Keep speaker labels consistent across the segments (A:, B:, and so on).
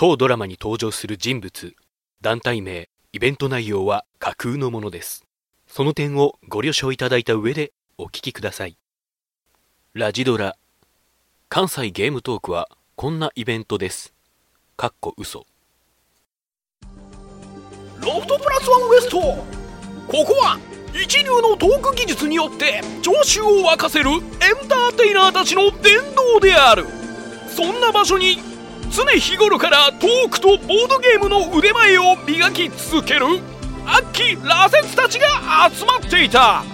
A: 当ドラマに登場する人物、団体名、イベント内容は架空のものです。その点をご了承いただいた上でお聞きください。ラジドラ関西ゲームトークはこんなイベントです。嘘。
B: ロフトプラスワンウエスト、ここは一流のトーク技術によって聴衆を沸かせるエンターテイナーたちの殿堂である。そんな場所に常日頃からトークとボードゲームの腕前を磨き続ける悪鬼羅刹たちが集まっていた。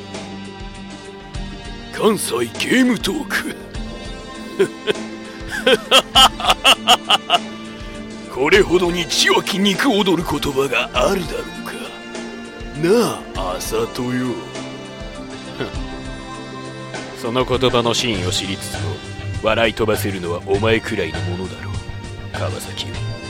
A: 関西ゲームトークこれほどに血湧き肉踊る言葉があるだろうかなあ、朝とよその言葉の真意を知りつつも笑い飛ばせるのはお前くらいのものだろう、川崎よ。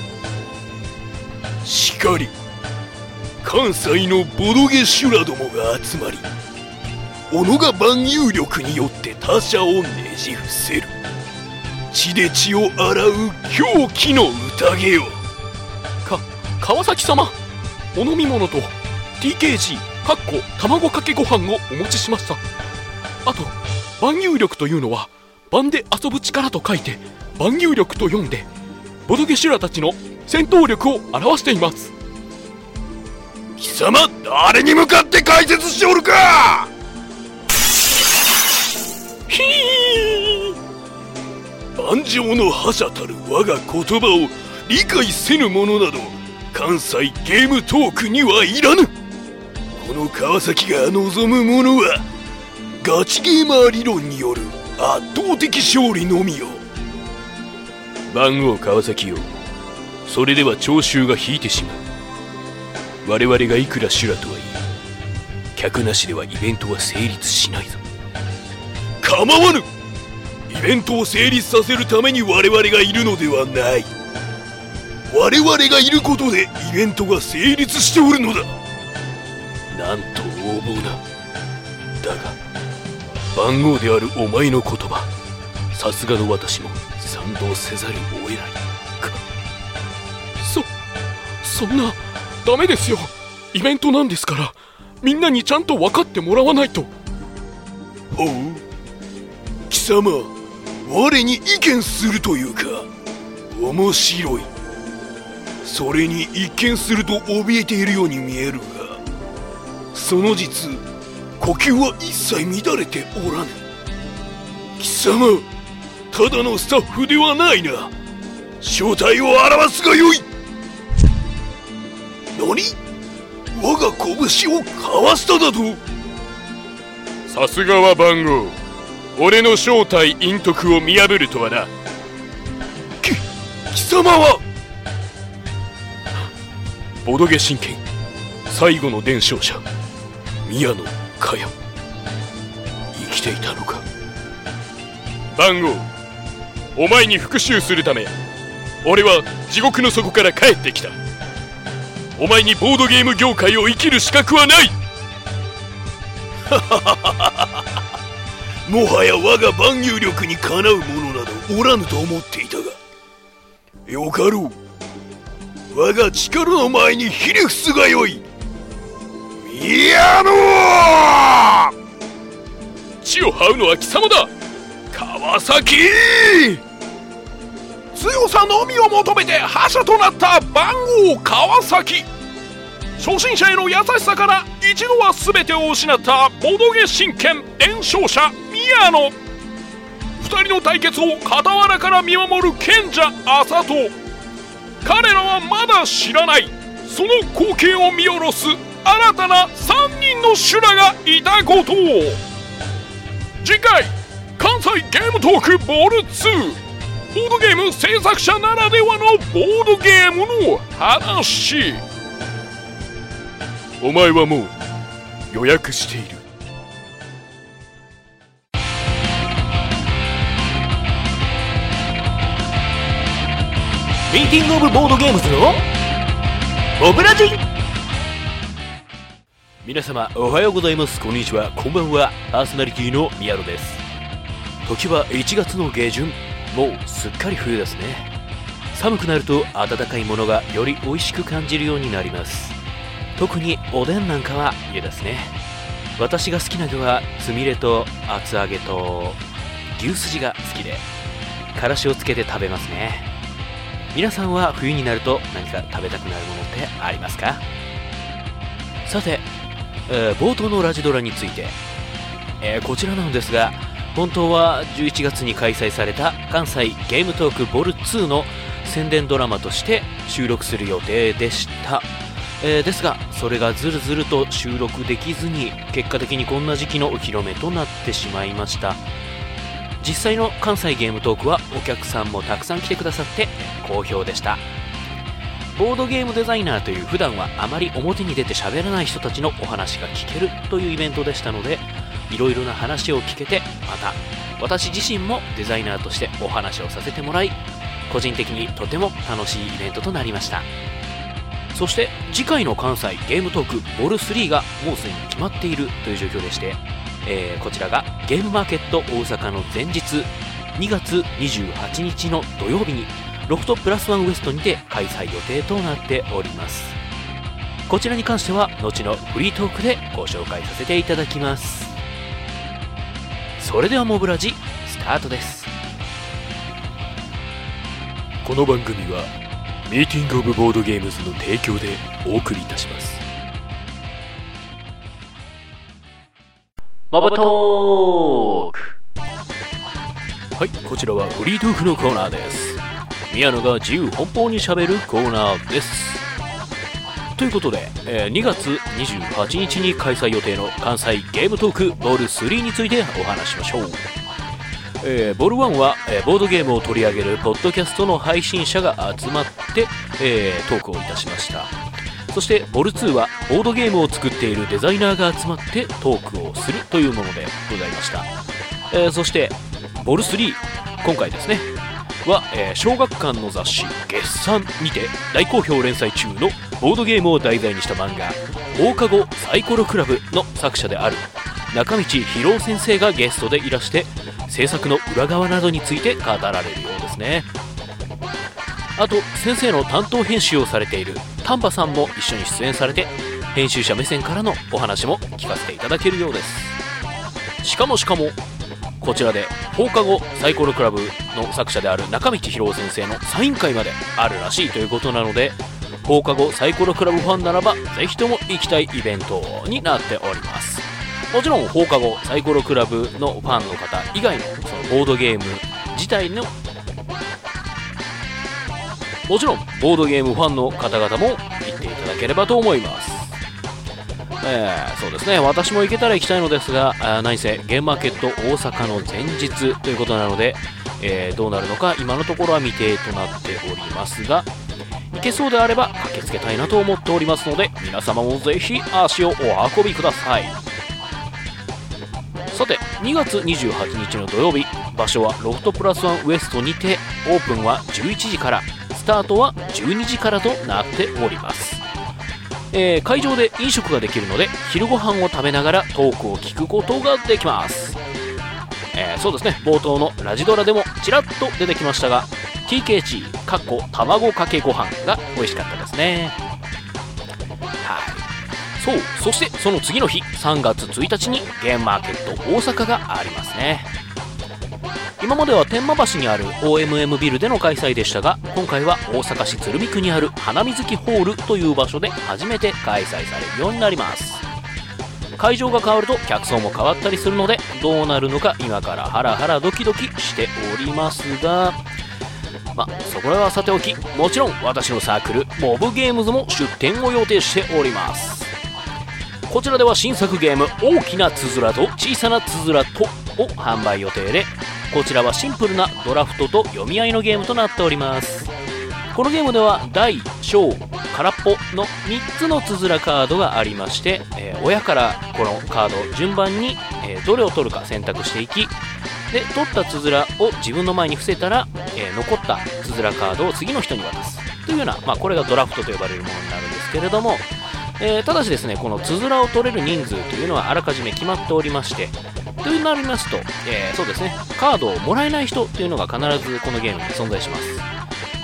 A: しかり関西のボドゲ修羅どもが集まり、己が万有力によって他者をねじ伏せる血で血を洗う狂気の宴よ。
B: 川崎様、お飲み物と TKG 卵かけご飯をお持ちしました。あと万有力というのは盤で遊ぶ力と書いて万有力と読んで、ボドゲシュラたちの戦闘力を表しています。
A: 貴様、誰に向かって解説しておるか。
B: ひ
A: ー、万丈の覇者たる我が言葉を理解せぬ者など関西ゲームトークにはいらぬ。この川崎が望むものはガチゲーマー理論による圧倒的勝利のみよ。番号川崎よ、それでは聴衆が引いてしまう。我々がいくら修羅とはいえ、客なしではイベントは成立しないぞ。構わぬ。イベントを成立させるために我々がいるのではない。我々がいることでイベントが成立しておるのだ。なんと横暴な。だが番号であるお前の言葉、さすがの私も賛同せざるを得ないか。
B: そんな、ダメですよ。イベントなんですからみんなにちゃんと分かってもらわないと。
A: ほう、貴様、我に意見するというか、面白い。それに一見すると怯えているように見えるが、その実呼吸は一切乱れておらぬ。貴様、ただのスタッフではないな。正体を表すがよい。何？我が拳をかわしただと？
B: さすがは番号、俺の正体隠匿を見破るとはな。
A: 貴様は
B: ボドゲ神剣最後の伝承者、宮野佳代。
A: 生きていたのか。
B: 番号、お前に復讐するため俺は地獄の底から帰ってきた。お前にボードゲーム業界を生きる資格はない。
A: もはや我が万有力にかなう者などおらぬと思っていたが、よかろう。我が力の前にひれ伏すがよい。宮野！
B: 血を這うのは貴様だ、川崎。強さのみを求めて覇者となった番号川崎。初心者への優しさから一度は全てを失ったボドゲ神剣伝承者宮野。二人の対決を傍らから見守る賢者麻人。彼らはまだ知らないその光景を見下ろす新たな3人の修羅がいたことを。次回、関西ゲームトークボル2、ボードゲーム制作者ならではのボードゲームの話。
A: お前はもう予約している。
C: ミーティングオブボードゲームズのボブラジ。
A: 皆様おはようございます、こんにちは、こんばんは。パーソナリティの宮野です。時は1月の下旬、もうすっかり冬ですね。
C: 寒くなると温かいものがより美味しく感じるようになります。特におでんなんかはいいですね。私が好きな具はつみれと厚揚げと牛すじが好きで、からしをつけて食べますね。皆さんは冬になると何か食べたくなるものってありますか？さて、冒頭のラジドラについて、こちらなのですが、本当は11月に開催された関西ゲームトークボル2の宣伝ドラマとして収録する予定でした。ですがそれがずるずると収録できずに、結果的にこんな時期のお披露目となってしまいました。実際の関西ゲームトークはお客さんもたくさん来てくださって好評でした。ボードゲームデザイナーという普段はあまり表に出て喋らない人たちのお話が聞けるというイベントでしたので、いろいろな話を聞けて、また私自身もデザイナーとしてお話をさせてもらい、個人的にとても楽しいイベントとなりました。そして次回の関西ゲームトークボル3がもうすでに決まっているという状況でして、こちらがゲームマーケット大阪の前日2月28日の土曜日にロフトプラスワンウエストにて開催予定となっております。こちらに関しては後のフリートークでご紹介させていただきます。それではモブラジスタートです。
A: この番組はミーティングオブボードゲームズの提供でお送りいたします。
C: モブトーク。
A: はい、こちらはフリートークのコーナーです。宮野が自由奔放にしゃべるコーナーです。ということで、2月28日に開催予定の関西ゲームトークボール3についてお話しましょう。ボル1は、ボードゲームを取り上げるポッドキャストの配信者が集まって、トークをいたしました。そしてボル2はボードゲームを作っているデザイナーが集まってトークをするというものでございました。そしてボル3今回ですねは、小学館の雑誌月産にて大好評連載中のボードゲームを題材にした漫画放課後サイコロクラブの作者である中道博夫先生がゲストでいらして、制作の裏側などについて語られるようですね。あと先生の担当編集をされている丹波さんも一緒に出演されて、編集者目線からのお話も聞かせていただけるようです。しかもこちらで放課後サイコロクラブの作者である中道博夫先生のサイン会まであるらしいということなので、放課後サイコロクラブファンならばぜひとも行きたいイベントになっております。もちろん放課後サイコロクラブのファンの方以外のそのボードゲーム自体のもちろんボードゲームファンの方々も行っていただければと思います。そうですね、私も行けたら行きたいのですが、何せゲームマーケット大阪の前日ということなので、どうなるのか今のところは未定となっておりますが、行けそうであれば駆けつけたいなと思っておりますので、皆様もぜひ足をお運びください。さて2月28日の土曜日、場所はロフトプラスワンウエストにて、オープンは11時から、スタートは12時からとなっております。会場で飲食ができるので、昼ご飯を食べながらトークを聞くことができます。そうですね、冒頭のラジドラでもちらっと出てきましたが、 TKG 卵かけご飯が美味しかったですね。はい、そしてその次の日3月1日にゲームマーケット大阪がありますね。今までは天満橋にある OMM ビルでの開催でしたが、今回は大阪市鶴見区にある花水木ホールという場所で初めて開催されるようになります。会場が変わると客層も変わったりするので、どうなるのか今からハラハラドキドキしておりますが、そこらはさておき、もちろん私のサークルモブゲームズも出展を予定しております。こちらでは新作ゲーム大きなつづらと小さなつづらとを販売予定で、こちらはシンプルなドラフトと読み合いのゲームとなっております。このゲームでは大小空っぽの3つのつづらカードがありまして、親からこのカードを順番に、どれを取るか選択していき、で取ったつづらを自分の前に伏せたら、残ったつづらカードを次の人に渡すというような、これがドラフトと呼ばれるものになるんですけれども、ただしですね、このつづらを取れる人数というのはあらかじめ決まっておりまして、というなりますと、そうですね、カードをもらえない人というのが必ずこのゲームに存在します。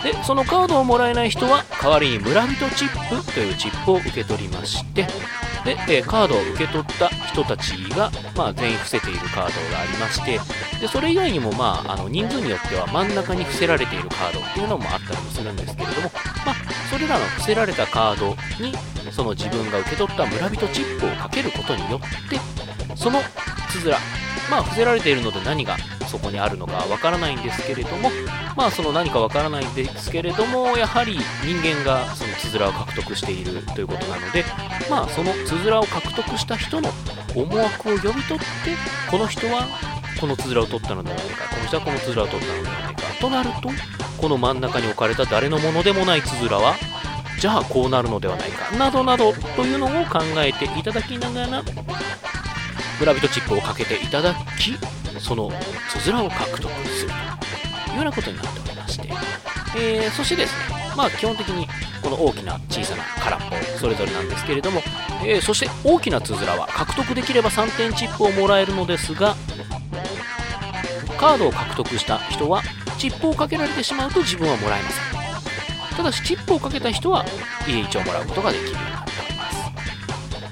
C: でそのカードをもらえない人は代わりに村人チップというチップを受け取りまして、でカードを受け取った人たちが、全員伏せているカードがありまして、でそれ以外にも、人数によっては真ん中に伏せられているカードっていうのもあったりもするんですけれども、それらの伏せられたカードにその自分が受け取った村人チップをかけることによってそのつづら、伏せられているので何がそこにあるのかわからないんですけれども、その何かわからないんですけれども、やはり人間がそのつづらを獲得しているということなので、そのつづらを獲得した人の思惑を読み取って、この人はこのつづらを取ったのではないか、この人はこのつづらを取ったのではないかとなると、この真ん中に置かれた誰のものでもないつづらはじゃあこうなるのではないかなどなどというのを考えていただきながら村人チップをかけていただき、そのつづらを獲得するというようなことになっておりまして、そしてですね、基本的にこの大きな小さな空っぽそれぞれなんですけれども、そして大きなつづらは獲得できれば3点チップをもらえるのですが、カードを獲得した人はチップをかけられてしまうと自分はもらえません。ただしチップをかけた人は EH をもらうことができるようになっております。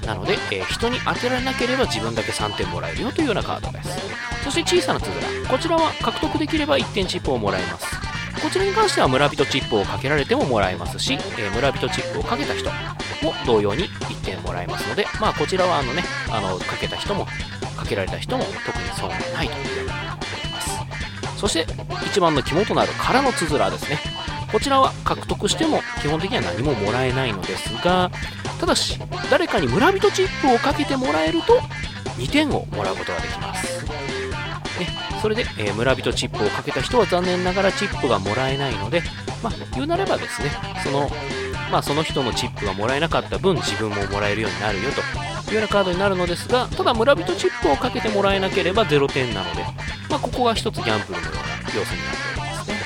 C: なので、人に当てられなければ自分だけ3点もらえるよというようなカードです。そして小さなつづら、こちらは獲得できれば1点チップをもらえます。こちらに関しては村人チップをかけられてももらえますし、村人チップをかけた人も同様に1点もらえますので、こちらはかけた人もかけられた人も特に損はないというようなことになっています。そして一番の肝となる空のつづらですね。こちらは獲得しても基本的には何ももらえないのですが、ただし誰かに村人チップをかけてもらえると2点をもらうことができます、それで、村人チップをかけた人は残念ながらチップがもらえないので、言うなればですね、その人のチップがもらえなかった分自分ももらえるようになるよというようなカードになるのですが、ただ村人チップをかけてもらえなければ0点なので、ここが一つギャンブルのような要素になっておりますね。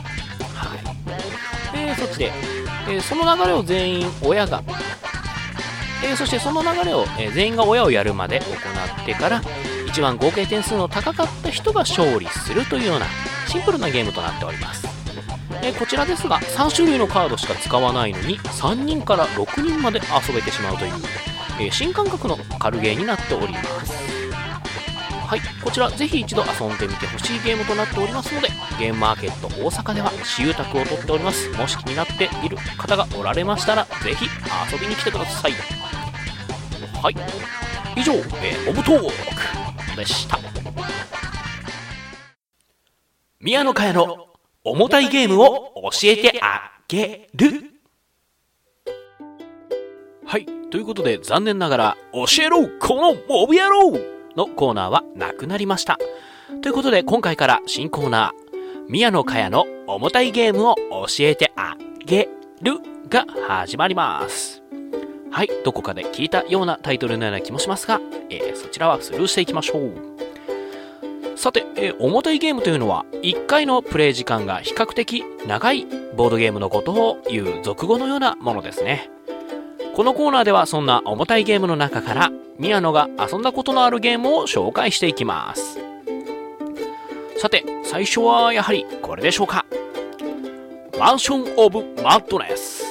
C: そっちで、その流れを全員親が、そしてその流れを、全員が親をやるまで行ってから一番合計点数の高かった人が勝利するというようなシンプルなゲームとなっております。こちらですが3種類のカードしか使わないのに3人から6人まで遊べてしまうという、新感覚の軽ゲーになっております。こちらぜひ一度遊んでみてほしいゲームとなっておりますので、ゲームマーケット大阪では私有宅を取っております。もし気になっている方がおられましたらぜひ遊びに来てください。以上、モブトークでした。宮野佳代の重たいゲームを教えてあげる。ということで残念ながら教えろこのモブ野郎のコーナーはなくなりました。ということで今回から新コーナー、宮野佳代の重たいゲームを教えてあげるが始まります。どこかで聞いたようなタイトルのような気もしますが、そちらはスルーしていきましょう。さて、重たいゲームというのは1回のプレイ時間が比較的長いボードゲームのことを言う俗語のようなものですね。このコーナーではそんな重たいゲームの中から宮野が遊んだことのあるゲームを紹介していきます。さて最初はやはりこれでしょうか。マンション・オブ・マッドネス。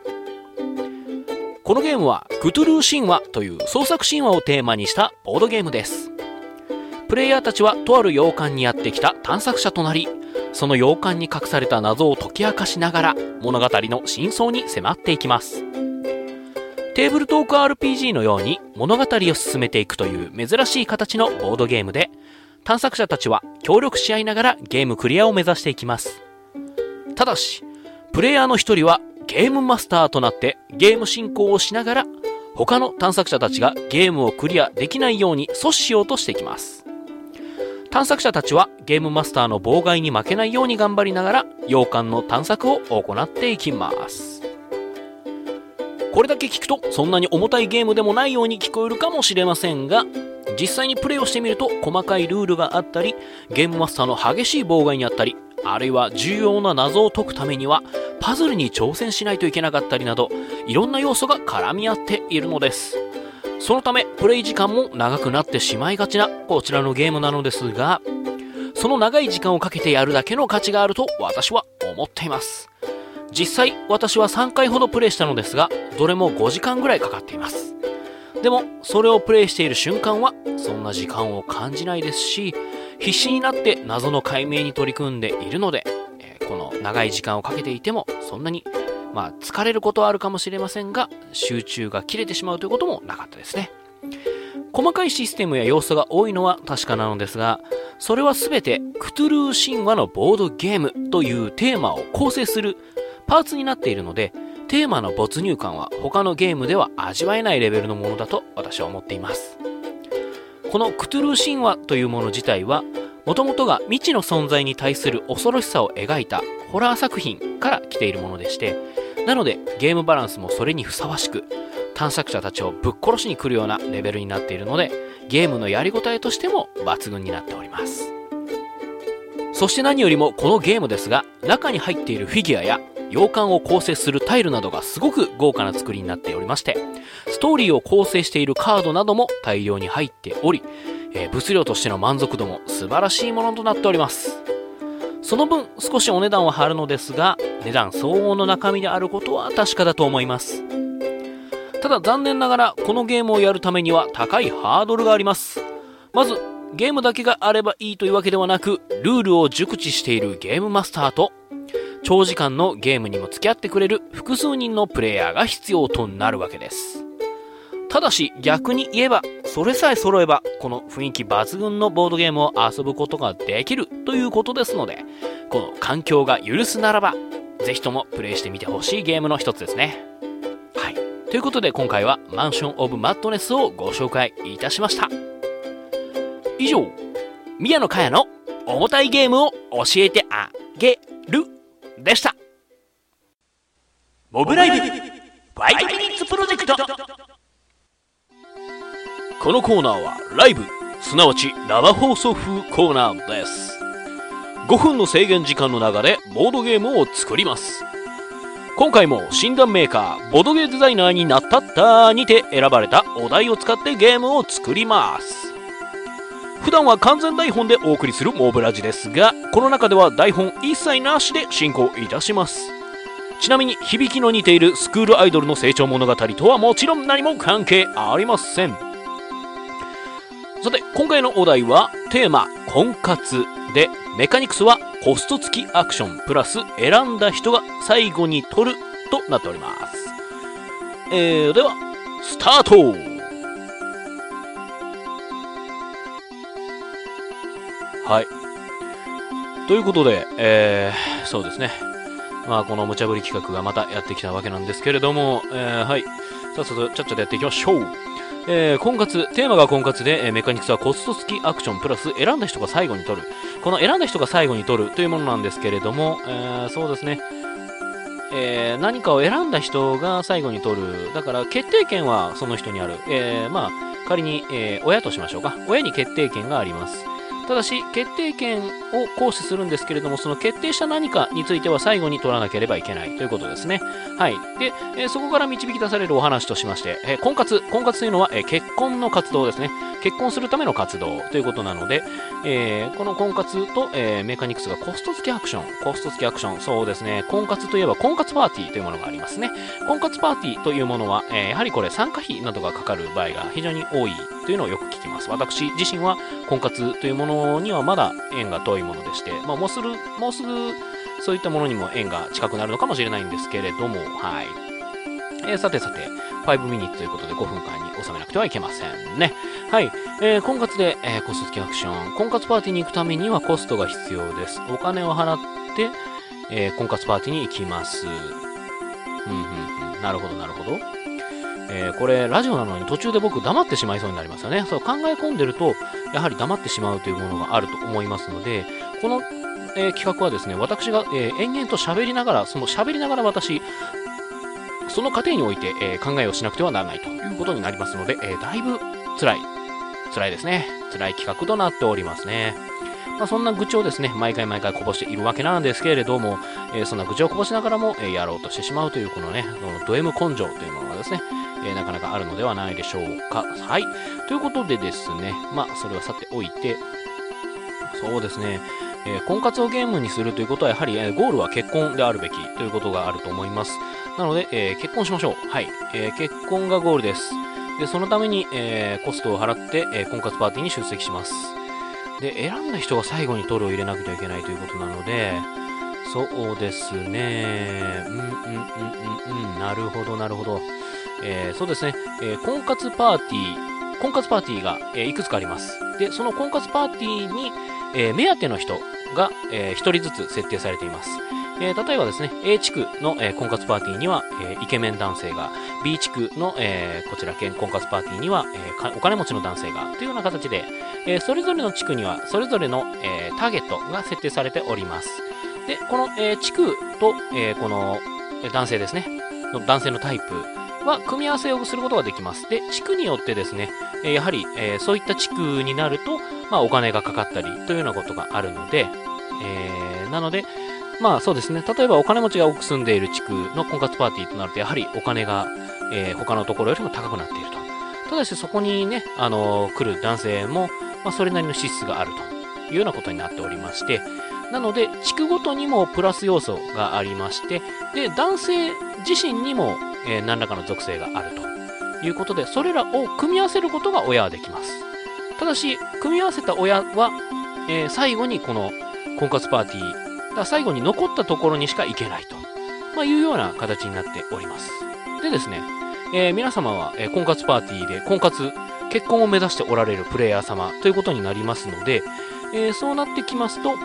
C: このゲームはクトゥルー神話という創作神話をテーマにしたボードゲームです。プレイヤーたちはとある洋館にやってきた探索者となり、その洋館に隠された謎を解き明かしながら物語の真相に迫っていきます。テーブルトーク RPG のように物語を進めていくという珍しい形のボードゲームで、探索者たちは協力し合いながらゲームクリアを目指していきます。ただしプレイヤーの一人はゲームマスターとなってゲーム進行をしながら他の探索者たちがゲームをクリアできないように阻止しようとしていきます。探索者たちはゲームマスターの妨害に負けないように頑張りながら洋館の探索を行っていきます。これだけ聞くとそんなに重たいゲームでもないように聞こえるかもしれませんが、実際にプレイをしてみると細かいルールがあったり、ゲームマスターの激しい妨害にあったり、あるいは重要な謎を解くためにはパズルに挑戦しないといけなかったりなど、いろんな要素が絡み合っているのです。そのためプレイ時間も長くなってしまいがちなこちらのゲームなのですが、その長い時間をかけてやるだけの価値があると私は思っています。 実際私は3回ほどプレイしたのですが、どれも5時間ぐらいかかっています。でもそれをプレイしている瞬間はそんな時間を感じないですし、必死になって謎の解明に取り組んでいるので、この長い時間をかけていてもそんなに疲れることはあるかもしれませんが、集中が切れてしまうということもなかったですね。細かいシステムや要素が多いのは確かなのですが、それは全てクトゥルー神話のボードゲームというテーマを構成するパーツになっているので、テーマの没入感は他のゲームでは味わえないレベルのものだと私は思っています。このクトゥルー神話というもの自体は、もともとが未知の存在に対する恐ろしさを描いたホラー作品から来ているものでして、なのでゲームバランスもそれにふさわしく、探索者たちをぶっ殺しに来るようなレベルになっているので、ゲームのやりごたえとしても抜群になっております。そして何よりもこのゲームですが、中に入っているフィギュアや洋館を構成するタイルなどがすごく豪華な作りになっておりまして、ストーリーを構成しているカードなども大量に入っており、物量としての満足度も素晴らしいものとなっております。その分少しお値段は張るのですが、値段相応の中身であることは確かだと思います。ただ残念ながらこのゲームをやるためには高いハードルがあります。まずゲームだけがあればいいというわけではなく、ルールを熟知しているゲームマスターと長時間のゲームにも付き合ってくれる複数人のプレイヤーが必要となるわけです。ただし逆に言えば、それさえ揃えばこの雰囲気抜群のボードゲームを遊ぶことができるということですので、この環境が許すならばぜひともプレイしてみてほしいゲームの一つですね。はい、ということで今回はマンションオブマッドネスをご紹介いたしました。以上、宮野佳也の重たいゲームを教えてあげるでした。モブライブ5ミニッツプロジェクト。このコーナーはライブ、すなわち生放送風コーナーです。5分の制限時間の中でボードゲームを作ります。今回も診断メーカーボドゲデザイナーになったったにて選ばれたお題を使ってゲームを作ります。普段は完全台本でお送りするモブラジですが、この中では台本一切なしで進行いたします。ちなみに響きの似ているスクールアイドルの成長物語とはもちろん何も関係ありません。さて今回のお題はテーマ婚活で、メカニクスはコスト付きアクションプラス選んだ人が最後に取るとなっております。ではスタート。はい、ということで、そうですね、この無茶ぶり企画がまたやってきたわけなんですけれども、はい、さっさとちゃっちゃとやっていきましょう。婚活、テーマが婚活で、メカニクスはコスト付きアクションプラス選んだ人が最後に取る。この選んだ人が最後に取るというものなんですけれども、そうですね、何かを選んだ人が最後に取る。だから決定権はその人にある。仮に、親としましょうか。親に決定権があります。ただし決定権を行使するんですけれども、その決定した何かについては最後に取らなければいけないということですね。はい。で、そこから導き出されるお話としまして、婚活というのは、結婚の活動ですね。結婚するための活動ということなので、この婚活と、メカニクスがコスト付きアクション、そうですね。婚活といえば婚活パーティーというものがありますね。婚活パーティーというものは、やはりこれ参加費などがかかる場合が非常に多いというのをよく聞きます。私自身は婚活というものにはまだ縁が遠いものでして、もうすぐそういったものにも縁が近くなるのかもしれないんですけれども、はい。さて5ミニッツということで5分間に収めなくてはいけませんね。はい。婚活で、コスト付きアクション、婚活パーティーに行くためにはコストが必要です。お金を払って、婚活パーティーに行きます。なるほど。これラジオなのに途中で僕黙ってしまいそうになりますよね。そう考え込んでるとやはり黙ってしまうというものがあると思いますので、この、企画はですね、私が、延々と喋りながら私その過程において、考えをしなくてはならないということになりますので、だいぶ辛いですね。辛い企画となっておりますね。そんな愚痴をですね、毎回こぼしているわけなんですけれども、そんな愚痴をこぼしながらも、やろうとしてしまうというこのね、ド M 根性というものがですね、なかなかあるのではないでしょうか。はい。ということでですね、それはさておいて、そうですね、 婚活をゲームにするということはやはり、ゴールは結婚であるべきということがあると思います。なので、結婚しましょう。はい、結婚がゴールです。でそのために、コストを払って、婚活パーティーに出席します。で選んだ人が最後にトルを入れなくてはいけないということなので、そうですね、なるほどなるほど。そうですね、婚活パーティーが、いくつかあります。でその婚活パーティーに、目当ての人が、1人ずつ設定されています。例えばですね A 地区の、婚活パーティーには、イケメン男性が B 地区の、こちら婚活パーティーには、お金持ちの男性がというような形で、それぞれの地区にはそれぞれの、ターゲットが設定されております。でこの、地区と、この男性ですね男性のタイプは組み合わせをすることができます。で地区によってですねやはり、そういった地区になると、お金がかかったりというようなことがあるので、なのでそうですね、例えばお金持ちが多く住んでいる地区の婚活パーティーとなるとやはりお金が、他のところよりも高くなっていると。ただしそこにね、来る男性も、それなりの資質があるというようなことになっておりまして、なので地区ごとにもプラス要素がありまして、で男性自身にも、何らかの属性があるということで、それらを組み合わせることが親はできます。ただし組み合わせた親は、最後にこの婚活パーティー最後に残ったところにしか行けないと、いうような形になっております。でですね、皆様は、婚活パーティーで結婚を目指しておられるプレイヤー様ということになりますので、そうなってきますと、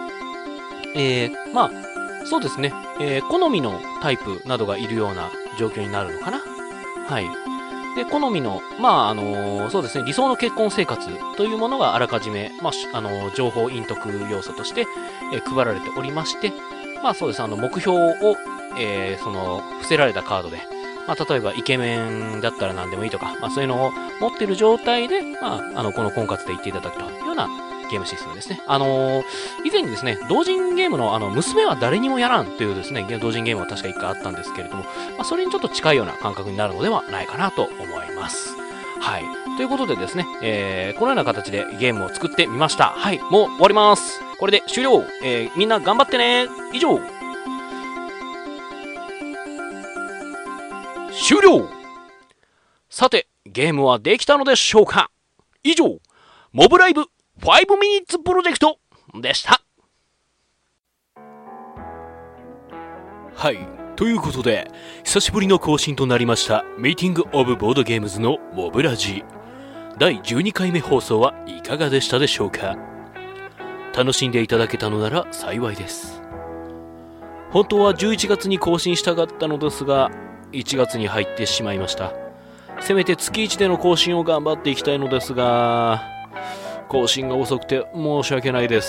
C: そうですね、好みのタイプなどがいるような状況になるのかな。はい。で好みの、そうですね、理想の結婚生活というものがあらかじめ、情報隠匿要素として、配られておりまして、そうです、目標を、伏せられたカードで、例えばイケメンだったら何でもいいとか、そういうのを持っている状態で、この婚活で言っていただくというようなゲームシステムですね。以前にですね、同人ゲームの娘は誰にもやらんというですね、同人ゲームは確か1回あったんですけれども、それにちょっと近いような感覚になるのではないかなと思います。はい。ということでですね、このような形でゲームを作ってみました。はい。もう終わります。これで終了。みんな頑張ってね。以上。終了。さて、ゲームはできたのでしょうか。以上、モブライブ5ミニッツプロジェクトでした。
A: はい、ということで久しぶりの更新となりましたミーティングオブボードゲームズのモブラジ第12回目放送はいかがでしたでしょうか。楽しんでいただけたのなら幸いです。本当は11月に更新したかったのですが1月に入ってしまいました。せめて月1での更新を頑張っていきたいのですが更新が遅くて申し訳ないです。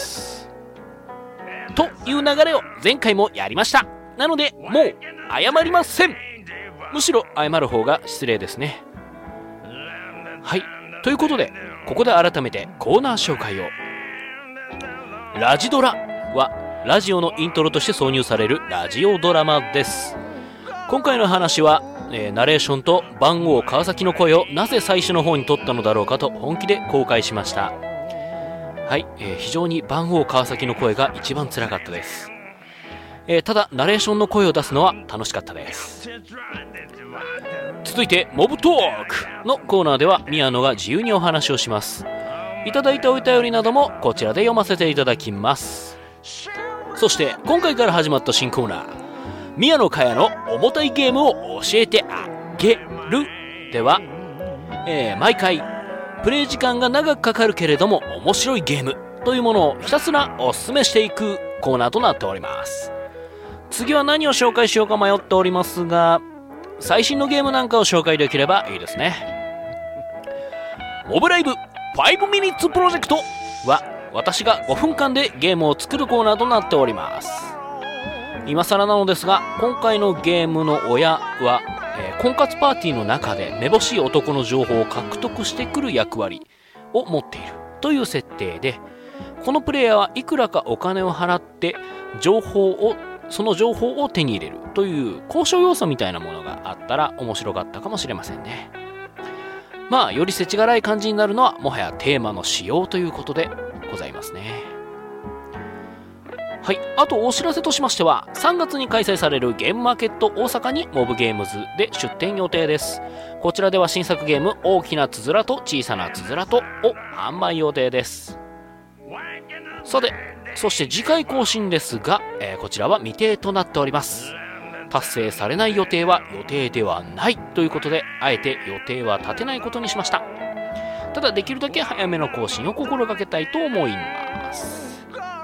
A: という流れを前回もやりました。なのでもう謝りません。むしろ謝る方が失礼ですね。はい、ということでここで改めてコーナー紹介を。ラジドラはラジオのイントロとして挿入されるラジオドラマです。今回の話は、ナレーションと番号川崎の声をなぜ最初の方に撮ったのだろうかと本気で公開しました。はい、非常に番号川崎の声が一番辛かったです。ただナレーションの声を出すのは楽しかったです。続いてモブトークのコーナーでは宮野が自由にお話をします。いただいたお便りなどもこちらで読ませていただきます。そして今回から始まった新コーナー宮野佳也の重たいゲームを教えてあげるでは、毎回プレイ時間が長くかかるけれども面白いゲームというものをひたすらおすすめしていくコーナーとなっております。次は何を紹介しようか迷っておりますが最新のゲームなんかを紹介できればいいですね。モブライブ5ミニッツプロジェクトは私が5分間でゲームを作るコーナーとなっております。今更なのですが今回のゲームの親は、婚活パーティーの中でめぼしい男の情報を獲得してくる役割を持っているという設定で、このプレイヤーはいくらかお金を払ってその情報を手に入れるという交渉要素みたいなものがあったら面白かったかもしれませんね。より世知辛い感じになるのはもはやテーマの仕様ということでございますね。
C: はい、あとお知らせとしましては、3月に開催されるゲームマーケット大阪にモブゲームズで出展予定です。こちらでは新作ゲーム大きなつづらと小さなつづらとを販売予定です。さて、そして次回更新ですが、こちらは未定となっております。達成されない予定は予定ではないということで、あえて予定は立てないことにしました。ただできるだけ早めの更新を心がけたいと思います。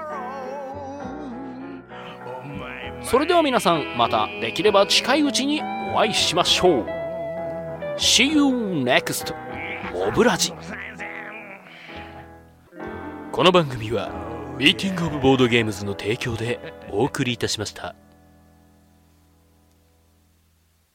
C: それでは皆さん、またできれば近いうちにお会いしましょう。 See you next モブラジ。この番組はミーティングオブボードゲームズの提供でお送りいたしました。